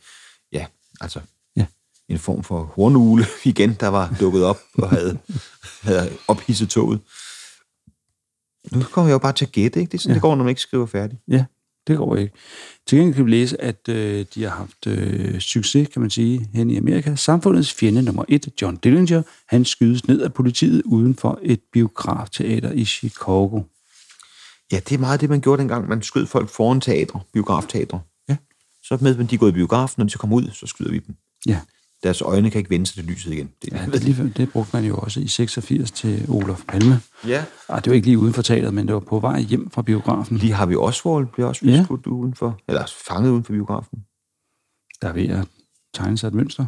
en form for hornugle igen, der var dukket op og havde ophidset toget. Nu kommer jeg jo bare til at gætte, ikke? Det er sådan, det går, når man ikke skriver færdigt. Ja, det går ikke. Til gengæld kan vi læse, at de har haft succes, kan man sige, hen i Amerika. Samfundets fjende nummer 1, John Dillinger, han skydes ned af politiet uden for et biografteater i Chicago. Ja, det er meget det, man gjorde dengang. Man skød folk foran biografteatre. Ja. Så med, at de er gået i biografen, når de så kommer ud, så skyder vi dem. Ja. Deres øjne kan ikke vende sig til lyset igen. Det brugte man jo også i 86 til Olof Palme. Ja. Det var ikke lige uden for teateret, men det var på vej hjem fra biografen. Lige Harvey Oswald blev også skudt udenfor, eller fanget uden for biografen. Der er ved at tegne sig et mønster.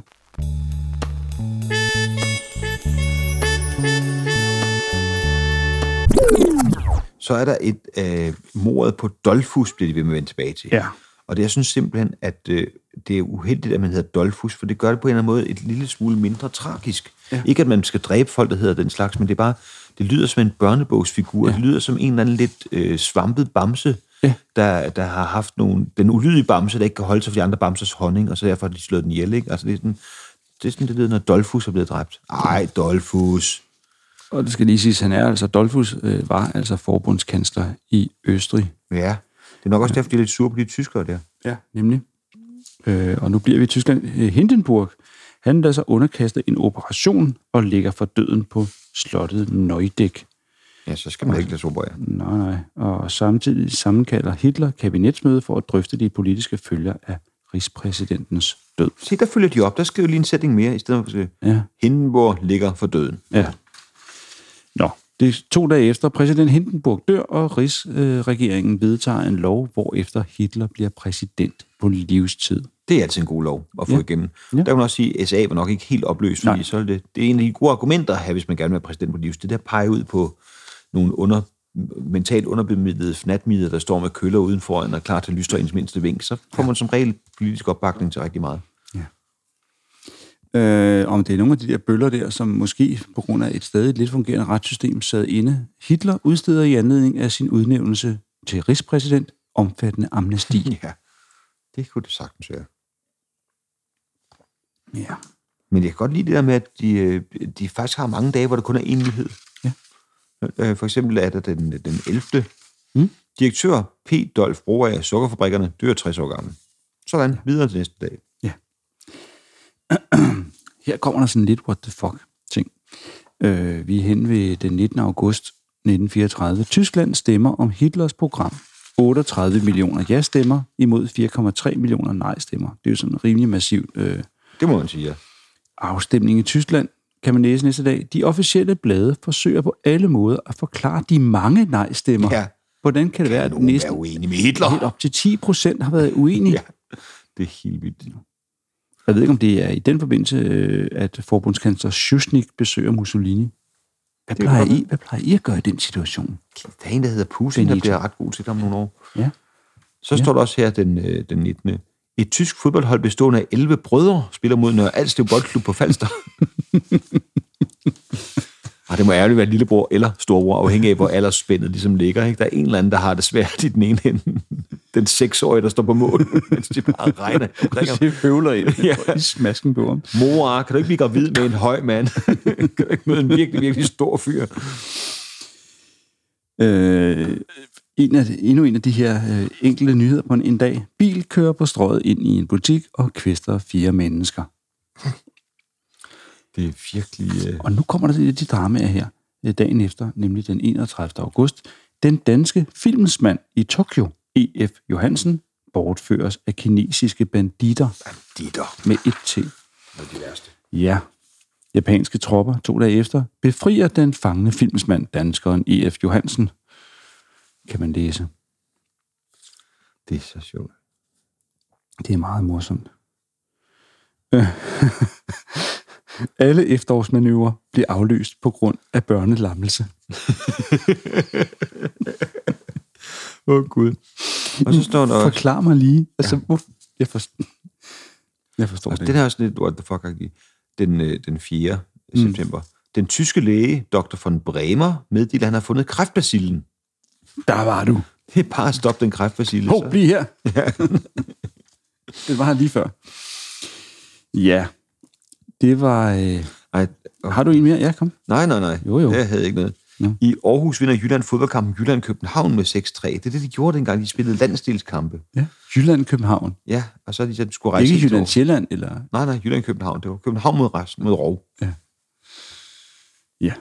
Så er der et mordet på Dollfuss, bliver de ved med at vende tilbage til. Ja. Og det, jeg synes simpelthen, at det er uheldigt, at man hedder Dollfuss, for det gør det på en eller anden måde et lille smule mindre tragisk. Ja. Ikke, at man skal dræbe folk, der hedder den slags, men det er bare, det lyder som en børnebogsfigur. Ja. Det lyder som en eller anden lidt svampet bamse, der har haft den ulydige bamse, der ikke kan holde sig for de andre bamsers honning, og så derfor har de slået den ihjel, ikke? Altså, det er sådan, det lyder, når Dollfuss er blevet dræbt. Ej, Dollfuss. Og det skal lige siges, Dollfuss var altså forbundskansler i Østrig. Ja. Det er nok også derfor, de er lidt sure på de tyskere der. Ja, nemlig. Og nu bliver vi i Tyskland. Hindenburg, han lader sig underkaste en operation og ligger for døden på slottet Neudeck. Ja, så skal man ikke lade sig operere. Nej. Og samtidig sammenkalder Hitler kabinetsmøde for at drøfte de politiske følger af rigspræsidentens død. Se, der følger de op. Der skriver lige en sætning mere, i stedet for at Hindenburg ligger for døden. Ja. Det er 2 dage efter, præsident Hindenburg dør, og rigsregeringen vedtager en lov, hvorefter Hitler bliver præsident på livstid. Det er altid en god lov at få igennem. Ja. Der kan man også sige, at SA var nok ikke helt opløst, fordi så er det er en af de gode argumenter at have, hvis man gerne vil være præsident på livstid. Det der peger ud på nogle mentalt underbemidlede fnatmider, der står med køller udenfor og er klar til at lystre ens mindste vink. Så får man som regel politisk opbakning til rigtig meget. Om det er nogle af de der bøller der, som måske på grund af et stadig lidt fungerende retssystem sad inde. Hitler udsteder i anledning af sin udnævnelse til rigspræsident omfattende amnesti. Ja, det kunne det sagtens være. Ja. Men jeg kan godt lide det der med, at de faktisk har mange dage, hvor der kun er en nyhed. Ja. For eksempel er der den 11. Direktør P. Dolf Broager af Sukkerfabrikkerne dør 60 år gammel. Sådan, videre til næste dag. Ja. Her kommer der sådan lidt what the fuck ting. Vi er hen ved den 19. august 1934. Tyskland stemmer om Hitlers program. 38 millioner ja-stemmer imod 4,3 millioner nej-stemmer. Det er jo sådan rimelig massivt. Det må man sige, ja. Afstemning i Tyskland kan man læse næste dag. De officielle blade forsøger på alle måder at forklare de mange nej-stemmer. Ja. Hvordan kan det være, at næsten uenig med Hitler? helt op til 10% har været uenige? Ja, det er helt vildt. Jeg ved ikke, om det er i den forbindelse, at forbundskansler Schuschnigg besøger Mussolini. Hvad plejer I at gøre i den situation? Der er en, der hedder Putin, der bliver ret god til det om nogle år. Ja. Så står der også her den 19. Et tysk fodboldhold bestående af 11 brødre spiller mod Nørre Alslev Boldklub på Falster. Det må ærligt være lillebror eller storbror, afhængig af, hvor aldersspændet ligesom ligger. Ikke? Der er en eller anden, der har det svært i den ene ende. Den 6-årige, der står på mål, mens de bare regner. Det høvler i smasken på ham. Mor, kan du ikke blive gravid med en høj mand? Kan du ikke møde en virkelig, virkelig stor fyr? Endnu en af de her enkelte nyheder på en dag. Bil kører på strøget ind i en butik og kvæster 4 mennesker. Det er virkelig... Og nu kommer der de dramaer her dagen efter, nemlig den 31. august. Den danske filmsmand i Tokyo, E.F. Johansen, bortføres af kinesiske banditter. Med et T. Det er de værste. Ja. Japanske tropper 2 dage efter befrier den fangne filmsmand, danskeren E.F. Johansen. Kan man læse. Det er så sjovt. Det er meget morsomt. Alle efterårsmanøvrer bliver aflyst på grund af børnelammelse. Gud. Og så står der også... Forklar mig lige. Altså, jeg forstår det. Det her er også lidt what the fuck-agtigt. Den 4. september. Den tyske læge, Dr. von Bremer, meddeler, at han har fundet kræftbacillen. Der var du. Det er bare at stoppe den kræftbacille. Bliv her. Ja. Det var her lige før. Ja. Det var... Har du en mere? Ja, kom. Nej. Jo. Jeg havde ikke noget. No. I Aarhus vinder Jylland fodboldkampen Jylland-København med 6-3. Det er det, de gjorde dengang, de spillede landsdelskampe. Ja, Jylland-København. Ja, og så de skulle rejse... Ikke Jylland-Sjælland, eller? Nej, Jylland-København. Det var København mod resten, mod Rov. Ja.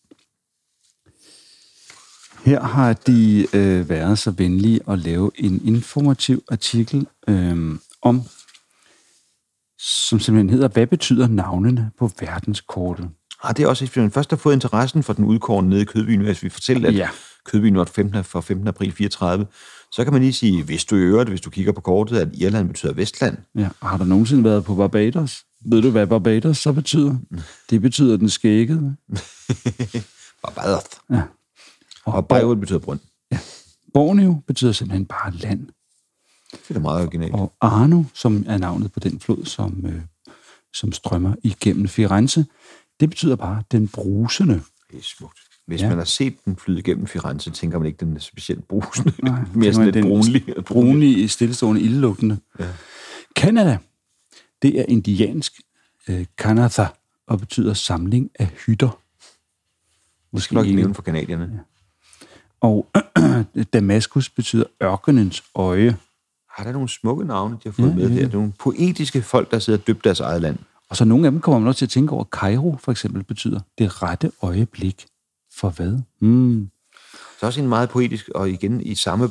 Her har de været så venlige at lave en informativ artikel om, som simpelthen hedder, hvad betyder navnene på verdenskortet? Det er også, hvis man først har fået interessen for den udkårne nede i Kødbyen, hvis vi fortæller, at Kødbyen var 15. april 34, så kan man lige sige, hvis du kigger på kortet, at Irland betyder Vestland. Ja, og har du nogensinde været på Barbados? Ved du, hvad Barbados så betyder? Det betyder den skæggede. Barbados. Ja. Og Brevet betyder brønd. Ja. Borneo betyder simpelthen bare land. Det er da meget originalt. Og Arno, som er navnet på den flod, som strømmer igennem Firenze, det betyder bare den brusende. Det er smukt. Hvis man har set den flyde igennem Firenze, tænker man ikke, den er specielt brusende. Nej, mere sådan lidt brunlig. Brunlig, stillestående, ildelugtende. Ja. Canada, det er indiansk Kanatha, og betyder samling af hytter. Måske nok ikke nævne for kanadierne. Ja. Og Damaskus betyder ørkenens øje. Har der nogle smukke navne, de har fået med her? Det er nogle poetiske folk, der sidder og døbt deres eget land. Og så nogle af dem kommer man også til at tænke over. Cairo for eksempel betyder det rette øjeblik. For hvad? Så også en meget poetisk, og igen i samme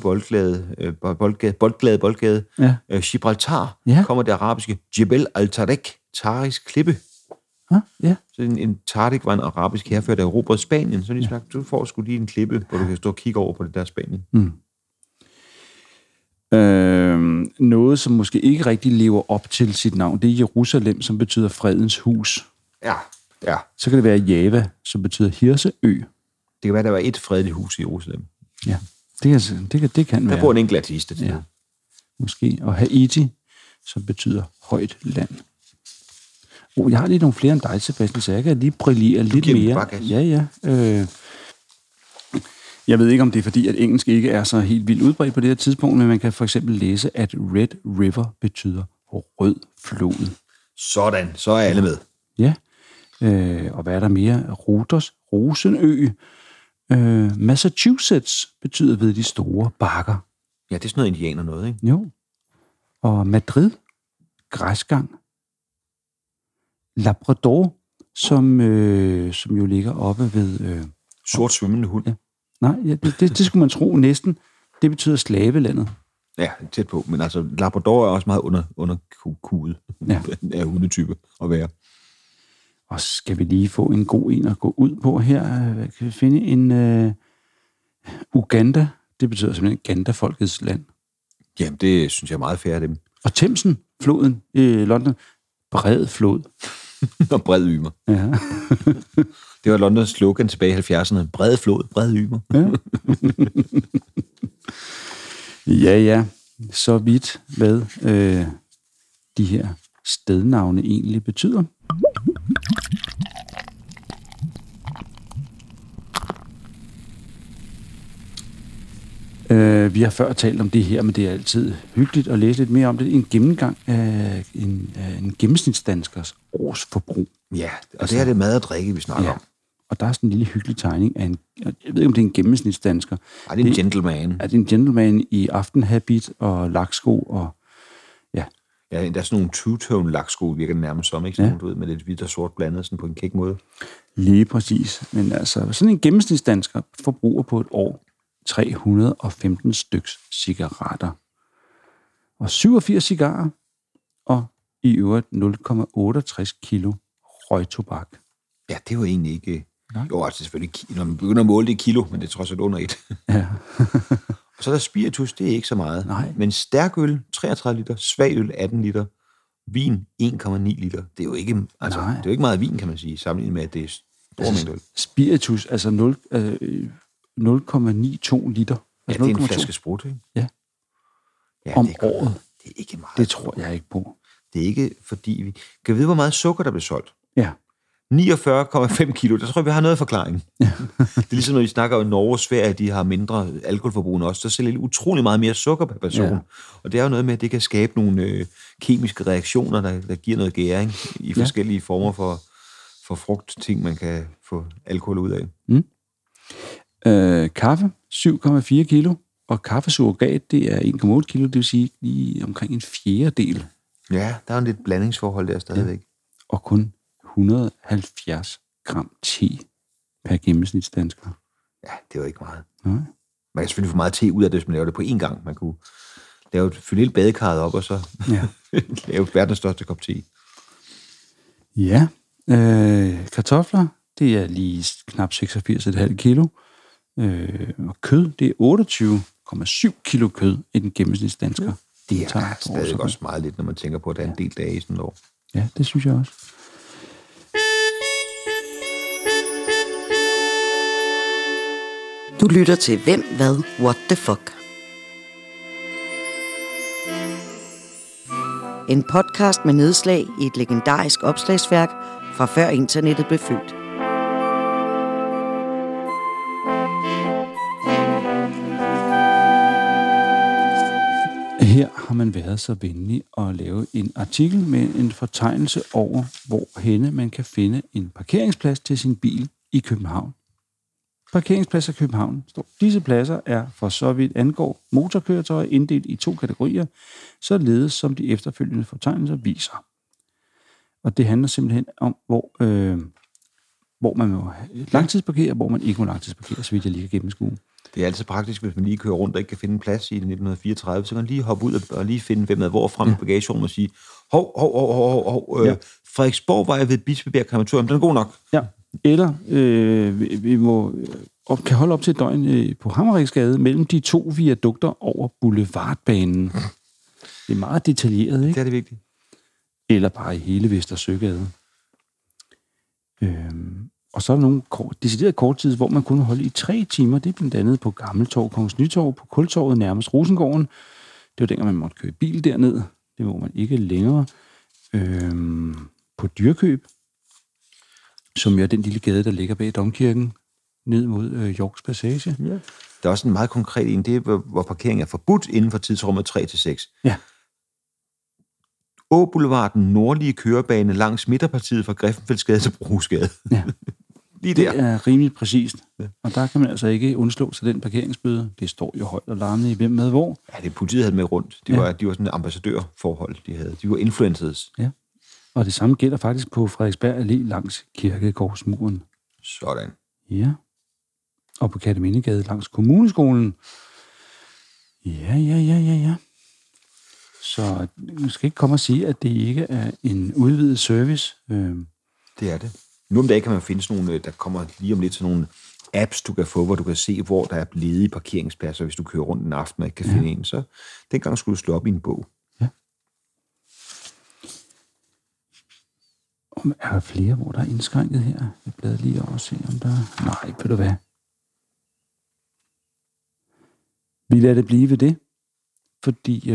boldgade. Ja. Gibraltar kommer det arabiske Jebel al-Tarek, Tariks klippe. Ja. Så en Tardik var en arabisk hærfører, der erobrede Spanien. Så lige sagt, du får sgu lige en klippe, hvor du kan stå og kigge over på det der Spanien. Noget, som måske ikke rigtig lever op til sit navn, det er Jerusalem, som betyder fredens hus. Ja. Så kan det være Java, som betyder Hirseø. Det kan være, der var et fredeligt hus i Jerusalem. Ja, det kan være. Der bor en enkelt ateist til. Ja, måske. Og Haiti, som betyder højt land. Jeg har lige nogle flere end dig, Sebastian, så jeg kan lige brillere lidt mere. Ja. Jeg ved ikke, om det er fordi, at engelsk ikke er så helt vildt udbredt på det her tidspunkt, men man kan for eksempel læse, at Red River betyder rød flod. Sådan, så er alle med. Ja, og hvad er der mere? Rosenø. Massachusetts betyder ved de store bakker. Ja, det er sådan noget indianer noget, ikke? Jo. Og Madrid, græsgang. Labrador, som jo ligger oppe ved... Sort svømmende hund. Ja. Nej, ja, det skulle man tro næsten. Det betyder slavelandet. Ja, tæt på. Men altså, Labrador er også meget underkuget af hundetype at være. Og skal vi lige få en god en at gå ud på her? Kan vi finde en Uganda? Det betyder simpelthen Ganda-folkets land. Jamen, det synes jeg er meget fair af dem. Og Themsen, floden i London, bred flod. Og bred ymer. Ja. Det var Londons slogan tilbage i 70'erne. Bred flod, bred ymer. Ja. Så vidt, hvad de her stednavne egentlig betyder. Vi har før talt om det her, men det er altid hyggeligt at læse lidt mere om det. En gennemgang af en gennemsnitsdanskers årsforbrug. Ja, og det er det mad og drikke, vi snakker om. Og der er sådan en lille hyggelig tegning af jeg ved ikke, om det er en gennemsnitsdansker. Nej, det er en gentleman. Er det en gentleman i aftenhabit og laksko og ja. Ja, der er sådan nogle two-tone laksko, virker det nærmest som, ikke? Sådan ud med lidt hvidt og sort blandet sådan på en kæk måde. Lige præcis. Men altså, sådan en gennemsnitsdansker forbruger på et år 315 styks cigaretter. Og 87 cigarer. Og i øvrigt 0,68 kilo røgtobak. Ja, det var egentlig ikke... Jo, altså selvfølgelig, når man begynder at måle det i kilo, men det er trods alt under et. Ja. Og så er der spiritus, det er ikke så meget. Nej. Men stærkøl, 33 liter, svagøl, 18 liter, vin, 1,9 liter. Det er jo ikke, altså, det er jo ikke meget vin, kan man sige, sammenlignet med, at det er stor mængde øl. Spiritus, altså 0,92 liter. Ja, Altså det er en flaske sprut, ikke? Ja. Om året. Det er ikke meget. Det tror jeg ikke på. Det er ikke, fordi vi... Kan vi vide, hvor meget sukker, der bliver solgt? Ja. 49,5 kilo. Der tror jeg, vi har noget forklaring. Ja. Det er ligesom, når vi snakker om Norge og Sverige, de har mindre alkoholforbrug end os, så sælger de utrolig meget mere sukker per person. Ja. Og det er jo noget med, at det kan skabe nogle kemiske reaktioner, der giver noget gæring i forskellige former for frugtting, man kan få alkohol ud af. Kaffe, 7,4 kilo. Og kaffesurrogat, det er 1,8 kilo, det vil sige lige omkring en fjerdedel. Ja, der er en lidt blandingsforhold der stadigvæk. Ja. Og kun 170 gram te per gennemsnitsdansker. Ja, det var ikke meget. Nej. Man kan selvfølgelig få meget te ud af det, hvis man laver det på én gang. Man kunne fylde hele badekarret op, og så lave verdens største kop te. Ja, kartofler, det er lige knap 86,5 kilo. Og kød, det er 28,7 kilo kød i den gennemsnitsdansker. Det er stadig også meget lidt, når man tænker på, at der er en del dage i sådan et år. Ja, det synes jeg også. Du lytter til Hvem, Hvad, What the Fuck. En podcast med nedslag i et legendarisk opslagsværk fra før internettet blev født. Her har man været så venlig at lave en artikel med en fortegnelse over, hvor henne man kan finde en parkeringsplads til sin bil i København. Parkeringspladser i København står. Disse pladser er for så vidt angår motorkøretøjer inddelt i 2 kategorier, således som de efterfølgende fortegnelser viser. Og det handler simpelthen om, hvor man må langtidsparkere, og hvor man ikke må langtidsparkere, så vidt jeg lige kan gennemskue. Det er altid praktisk, hvis man lige kører rundt og ikke kan finde en plads i 1934, så kan man lige hoppe ud og lige finde, hvem er hvor frem i bagagerummet og sige, hov, Frederiksborgvej ved Bispebjerg Krematorium, den er god nok. Ja, eller vi kan holde op til et døgn på Hammeriksgade mellem de 2 viadukter over Boulevardbanen. Det er meget detaljeret, ikke? Det er det vigtigt. Eller bare i hele Vestersøgade. Og så er der nogle deciderede korttids, hvor man kunne holde i 3 timer. Det er blandt andet på Gammeltorv, Kongens Nytorv, på Kultorvet nærmest Rosengården. Det var dengang, man måtte køre bil derned. Det må man ikke længere. På Dyrkøb, som er den lille gade, der ligger bag Domkirken, ned mod Yorks Passage. Ja. Der er også en meget konkret en, det er, hvor parkering er forbudt inden for tidsrummet 3-6. Ja. Boulevard, den nordlige kørebane langs midterpartiet fra Griffenfeldsgade til Brohusgade. Ja. Lige der. Det er rimelig præcist. Ja. Og der kan man altså ikke undslå sig den parkeringsbøde. Det står jo højt og larmende i hvem med hvor. Ja, det politiet havde med rundt. De var sådan en ambassadørforhold, de havde. De var influencers. Ja. Og det samme gælder faktisk på Frederiksberg Allé langs Kirkegårdsmuren. Sådan. Ja. Og på Kattemindegade langs Kommuneskolen. Ja. Så du skal ikke komme og sige, at det ikke er en udvidet service. Det er det. Nu om dagen kan man finde sådan nogle, der kommer lige om lidt sådan nogle apps, du kan få, hvor du kan se, hvor der er ledige parkeringspladser, hvis du kører rundt en aften og ikke kan finde en. Så dengang skulle du slå op i en bog. Ja. Er der flere, hvor der er indskrænket her? Jeg bladrer lige over og se, om der er... Nej, ved du hvad? Vi lader det blive ved det, fordi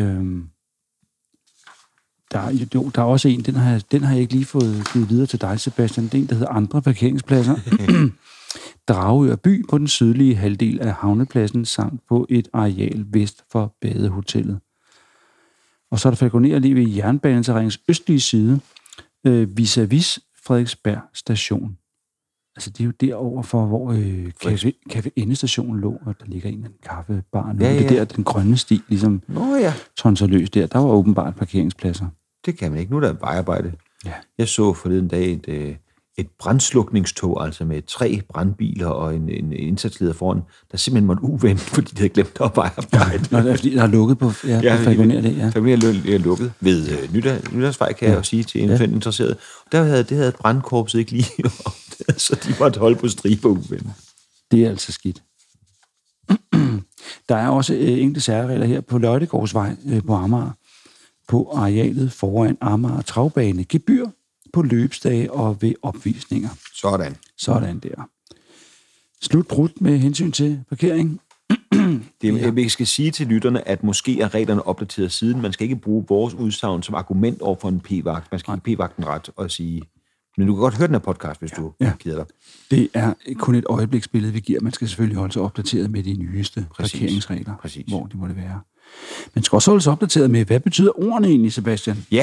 der er også en, den har jeg ikke lige fået givet videre til dig, Sebastian. Det er en, der hedder andre parkeringspladser. Dragør by på den sydlige halvdel af havnepladsen, samt på et areal vest for badehotellet. Og så er der falconer lige ved jernbaneterrænets østlige side, vis-à-vis Frederiksberg station. Altså det er jo derovre for, hvor Café Endestation lå, og der ligger en eller anden kaffebar nu. Ja. Det der, den grønne sti, ligesom tonser løs der. Der var åbenbart parkeringspladser. Det kan man ikke. Nu er der vejarbejde. Ja. Jeg så forleden dag et brandslukningstog, altså med 3 brandbiler og en indsatsleder foran, der simpelthen måtte uvente, fordi de havde glemt at vejarbejde. Nå, det er fordi, der er lukket på Falconer det, ja. Falconer er lukket ved Nytårsvej, kan jeg jo sige til eventuelt interesseret. Det havde brandkorpset ikke lige så de måtte holde på stribe og uvente. Det er altså skidt. Der er også enkelte særregler her på Løjtegårdsvej på Amager, på arealet foran Amager Travbane. Gebyr på løbsdage og ved opvisninger. Sådan der. Slut brudt med hensyn til parkering. Vi skal sige til lytterne, at måske er reglerne opdateret siden. Man skal ikke bruge vores udsagn som argument over for en p-vagt. Man skal give p-vagten ret og sige... Men du kan godt høre den her podcast, hvis du keder dig. Det er kun et øjebliksbillede, vi giver. Man skal selvfølgelig holde sig opdateret med de nyeste parkeringsregler, hvor de måtte være. Man skal også holde sig opdateret med, hvad betyder ordene egentlig, Sebastian? Ja.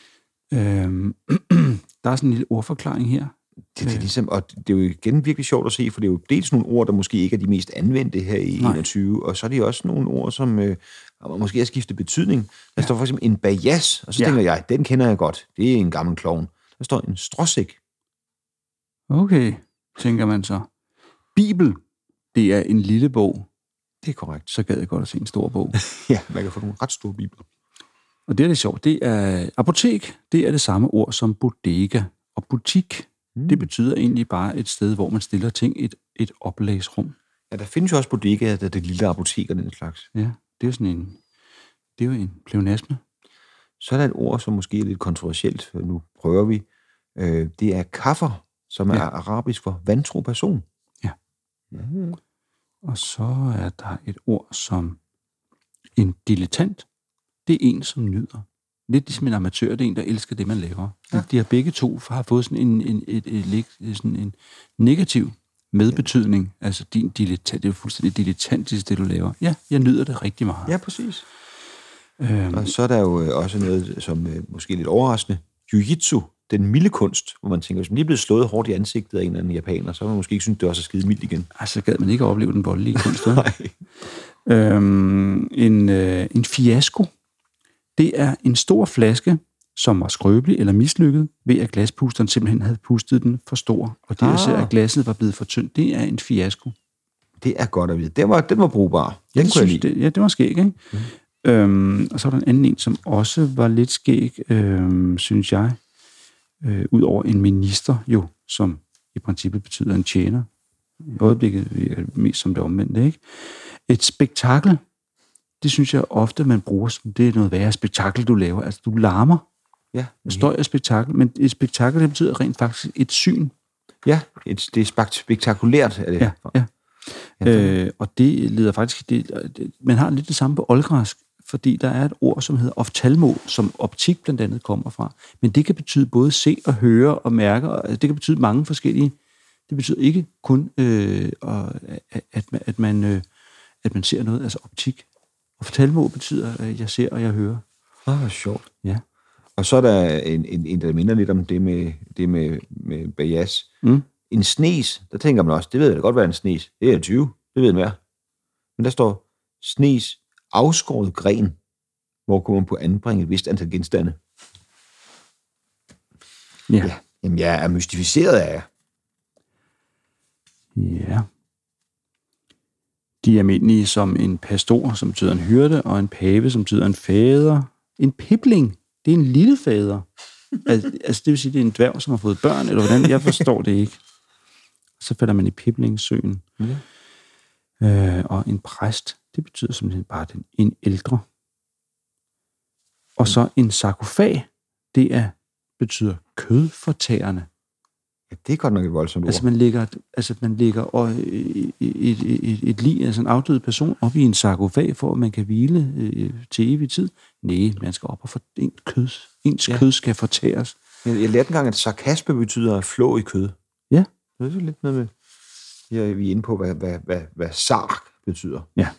Der er sådan en lille ordforklaring her. Det er ligesom, og det er jo igen virkelig sjovt at se, for det er jo dels nogle ord, der måske ikke er de mest anvendte her i 21, og så er det også nogle ord, som måske har skiftet betydning. Der står for eksempel en bajas, og så tænker jeg, den kender jeg godt. Det er en gammel klovn. Der står en stråsæk. Okay, tænker man så. Bibel, det er en lille bog. Det er korrekt. Så gad jeg godt at se en stor bog. Ja, man kan få nogle ret store bibler. Og det er det sjovt. Det er apotek, det er det samme ord som bodega. Og butik, det betyder egentlig bare et sted, hvor man stiller ting, et oplagsrum. Ja, der findes jo også bodega, der er det lille apotek og den slags. Ja, det er jo sådan en pleonasme. Så er der et ord, som måske er lidt kontroversielt, for nu prøver vi. Det er kaffer, som er arabisk for vantro person. Ja. Og så er der et ord som en dilettant. Det er en, som nyder. Lidt ligesom en amatør, det er en, der elsker det, man laver. Ja. De har begge to fået sådan en negativ medbetydning. Altså din dilettant, det er jo fuldstændig dilettantisk, det du laver. Ja, jeg nyder det rigtig meget. Ja, præcis. Og så er der jo også noget, som måske er lidt overraskende. Jiu-jitsu, den milde kunst, hvor man tænker, hvis man lige er blevet slået hårdt i ansigtet af en eller anden japaner, så man måske ikke synes, det var så skide mildt igen. Altså gad man ikke opleve den voldelige kunst. En fiasko, det er en stor flaske, som var skrøbelig eller mislykket, ved at glaspusteren simpelthen havde pustet den for stor, og det at glasset var blevet for tyndt. Det er en fiasko. Det er godt at vide. Den var brugbar. Den kunne jeg lide. Det var skæg, ikke? Og så var der en anden en, som også var lidt skæg, synes jeg. Udover en minister jo, som i princippet betyder en tjener. I øjeblikket virker det mest som det omvendte, ikke? Et spektakel, det synes jeg ofte, man bruger som, det er noget værre spektakel, du laver. Altså, du larmer. Ja. Støj er spektakel, men et spektakel, det betyder rent faktisk et syn. Ja, det er spektakulært, er det. Ja. Og det leder faktisk... man har lidt det samme på oldgræsk, fordi der er et ord, som hedder oftalmo, som optik blandt andet kommer fra. Men det kan betyde både se og høre og mærke, og det kan betyde mange forskellige... Det betyder ikke kun, at man ser noget, altså optik. Oftalmo betyder, at jeg ser og jeg hører. Hvor sjovt. Ja. Og så er der en der minder lidt om det med Bayas. En snes, der tænker man også, det ved jeg da godt, hvad en snes. Det er 20, det ved man. Men der står snes afskåret gren, hvor kunne man på anbringe et vist antal genstande. Ja. Jamen, jeg er mystificeret af jer. Ja. De er almindelige som en pastor, som betyder en hyrde, og en pave, som betyder en fader. En pibling, det er en lille fader. Altså, det vil sige, det er en dværg, som har fået børn, eller hvordan? Jeg forstår det ikke. Så falder man i piblingssøen. Og en præst, det betyder simpelthen bare en ældre. Og så en sarkofag, det betyder kødfortærende. Ja, det er godt nok et voldsomt ord. Man lægger et lig, altså en afdød person, op i en sarkofag, for at man kan hvile til evig tid. Nej, man skal op og ens kød skal fortæres. Jeg lærte engang, at sarkasme betyder at flå i kød. Ja. Det er lidt noget med, vi er inde på, hvad sark betyder. Ja.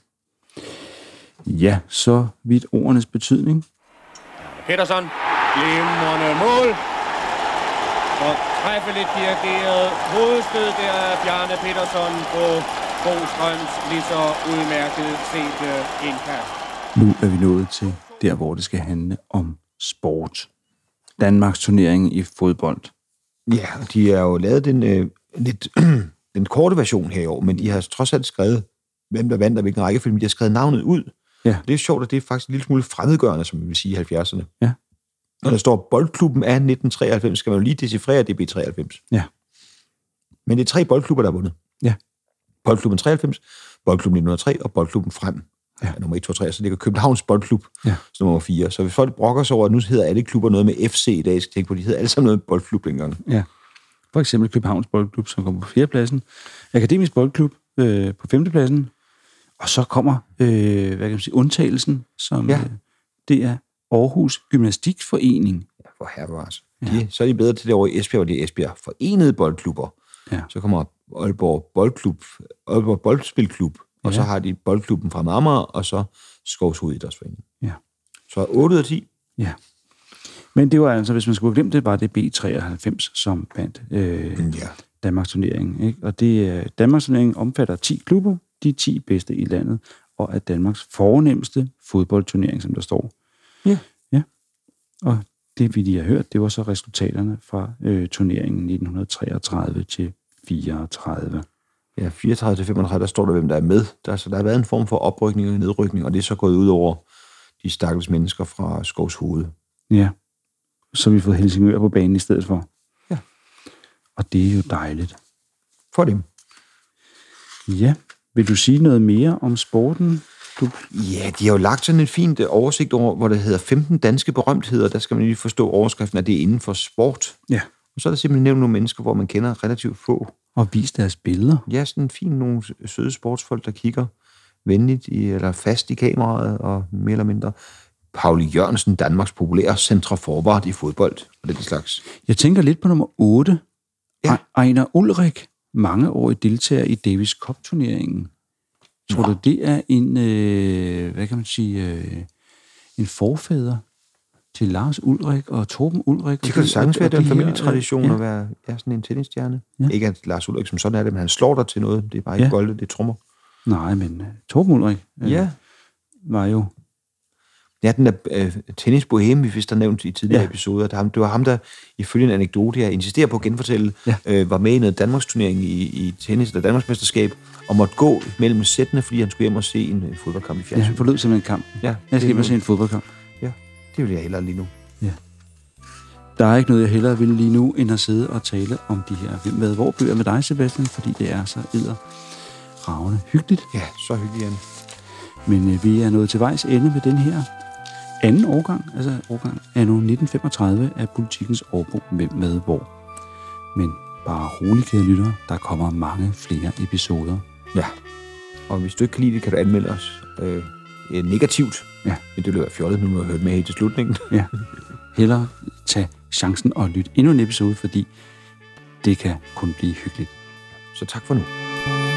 Ja, så vidt ordenes betydning. Peterson, glimrende mål. Og træffeligt dirigeret hovedstød der af Bjarne Peterson på Bostrøms lige så udmærket set indkast. Nu er vi nået til der, hvor det skal handle om sport. Danmarks turnering i fodbold. Ja, de har jo lavet den korte version her i år, men de har trods alt skrevet, hvem der vandt og hvilken rækkefølge, men de har skrevet navnet ud. Ja. Det er sjovt, at det er faktisk en lille smule fremmedgørende, som vi vil sige i 70'erne. Ja. Når der står boldklubben af 1993, skal man jo lige decifrere det B93. Ja. Men det er 3 boldklubber, der er vundet. Ja. Boldklubben 93, boldklubben 1903 og boldklubben Frem. Ja. Nummer 1, 2, 3, så ligger Københavns Boldklub som nummer 4. Så hvis folk brokker sig over, at nu hedder alle klubber noget med FC i dag, skal tænke på, de hedder alle sammen noget med boldklub dengang. Ja. For eksempel Københavns Boldklub, som kommer på 4. pladsen. Akademisk Boldklub på 5. pladsen. Og så kommer, undtagelsen, som det er Aarhus Gymnastikforening. Ja, for herbevares. Så er de bedre til det over i Esbjerg, hvor det er Esbjerg Forenede Boldklubber. Ja. Så kommer Aalborg Boldklub, Aalborg Boldspilklub, og så har de boldklubben fra Amager, og så Skovshus Idrætsforening. Ja. Så 8 ud af 10. Ja. Men det var altså, hvis man skulle glemme det, var det B93, som vandt Danmarks turnering. Ikke? Og Danmarks turnering omfatter 10 klubber, de 10 bedste i landet, og er Danmarks fornemmeste fodboldturnering, som der står. Ja. Ja. Og det, vi lige har hørt, det var så resultaterne fra turneringen 1933 til 34. Ja, 34 til 35, der står der, hvem der er med. Der har været en form for oprykning og nedrykning, og det er så gået ud over de stakkels mennesker fra Skovs Hoved. Ja, så har vi fået Helsingør på banen i stedet for. Ja. Og det er jo dejligt. For dem. Ja, vil du sige noget mere om sporten? Ja, de har jo lagt sådan en fint oversigt over, hvor det hedder 15 danske berømtheder. Der skal man lige forstå overskriften, at det er inden for sport. Ja. Og så er der simpelthen nævnt nogle mennesker, hvor man kender relativt få. Og vise deres billeder. Ja, sådan fint nogle søde sportsfolk, der kigger venligt eller fast i kameraet, og mere eller mindre. Pauli Jørgensen, Danmarks populære centerforward i fodbold, og den slags. Jeg tænker lidt på nummer 8. Ja. Ejner Ulrik, mangeårig deltager i Davis Cup-turneringen. Tror du, det er en, en forfader til Lars Ulrik og Torben Ulrik? Det kan det sagtens være, det er en familietradition at være sådan en tennisstjerne. Ja. Ikke at Lars Ulrik som sådan er det, men han slår dig til noget. Det er bare ikke bolde, det er trommer. Nej, men Torben Ulrik var jo... Ja, den der tennisboheme, vi vist har nævnt i tidligere episoder. Det var ham, der ifølge en anekdote, jeg insisterer på at genfortælle, var med i noget Danmarks turnering i tennis, eller Danmarks mesterskab, og måtte gå mellem sættene, fordi han skulle hjem og se en fodboldkamp i fjernsyn. Ja, han forlod simpelthen kampen. Ja, jeg skal hjem og se en fodboldkamp. Ja, det vil jeg hellere lige nu. Ja. Der er ikke noget, jeg hellere vil lige nu, end at sidde og tale om de her Hvem Hvad Hvor bøger med dig, Sebastian, fordi det er så edderravende hyggeligt. Ja, så hyggeligt, Jan. Men vi er nået til vejs ende med den her anden årgang, altså årgang anno 1935 af Politikens årbog Hvem Hvad Hvor. Men bare rolig, kære lyttere, der kommer mange flere episoder. Ja, og hvis du ikke kan lide det, kan du anmelde os negativt. Ja. Men det vil være fjollet, nu har hørt med helt til slutningen. Ja, hellere tage chancen og lytte endnu en episode, fordi det kan kun blive hyggeligt. Så tak for nu.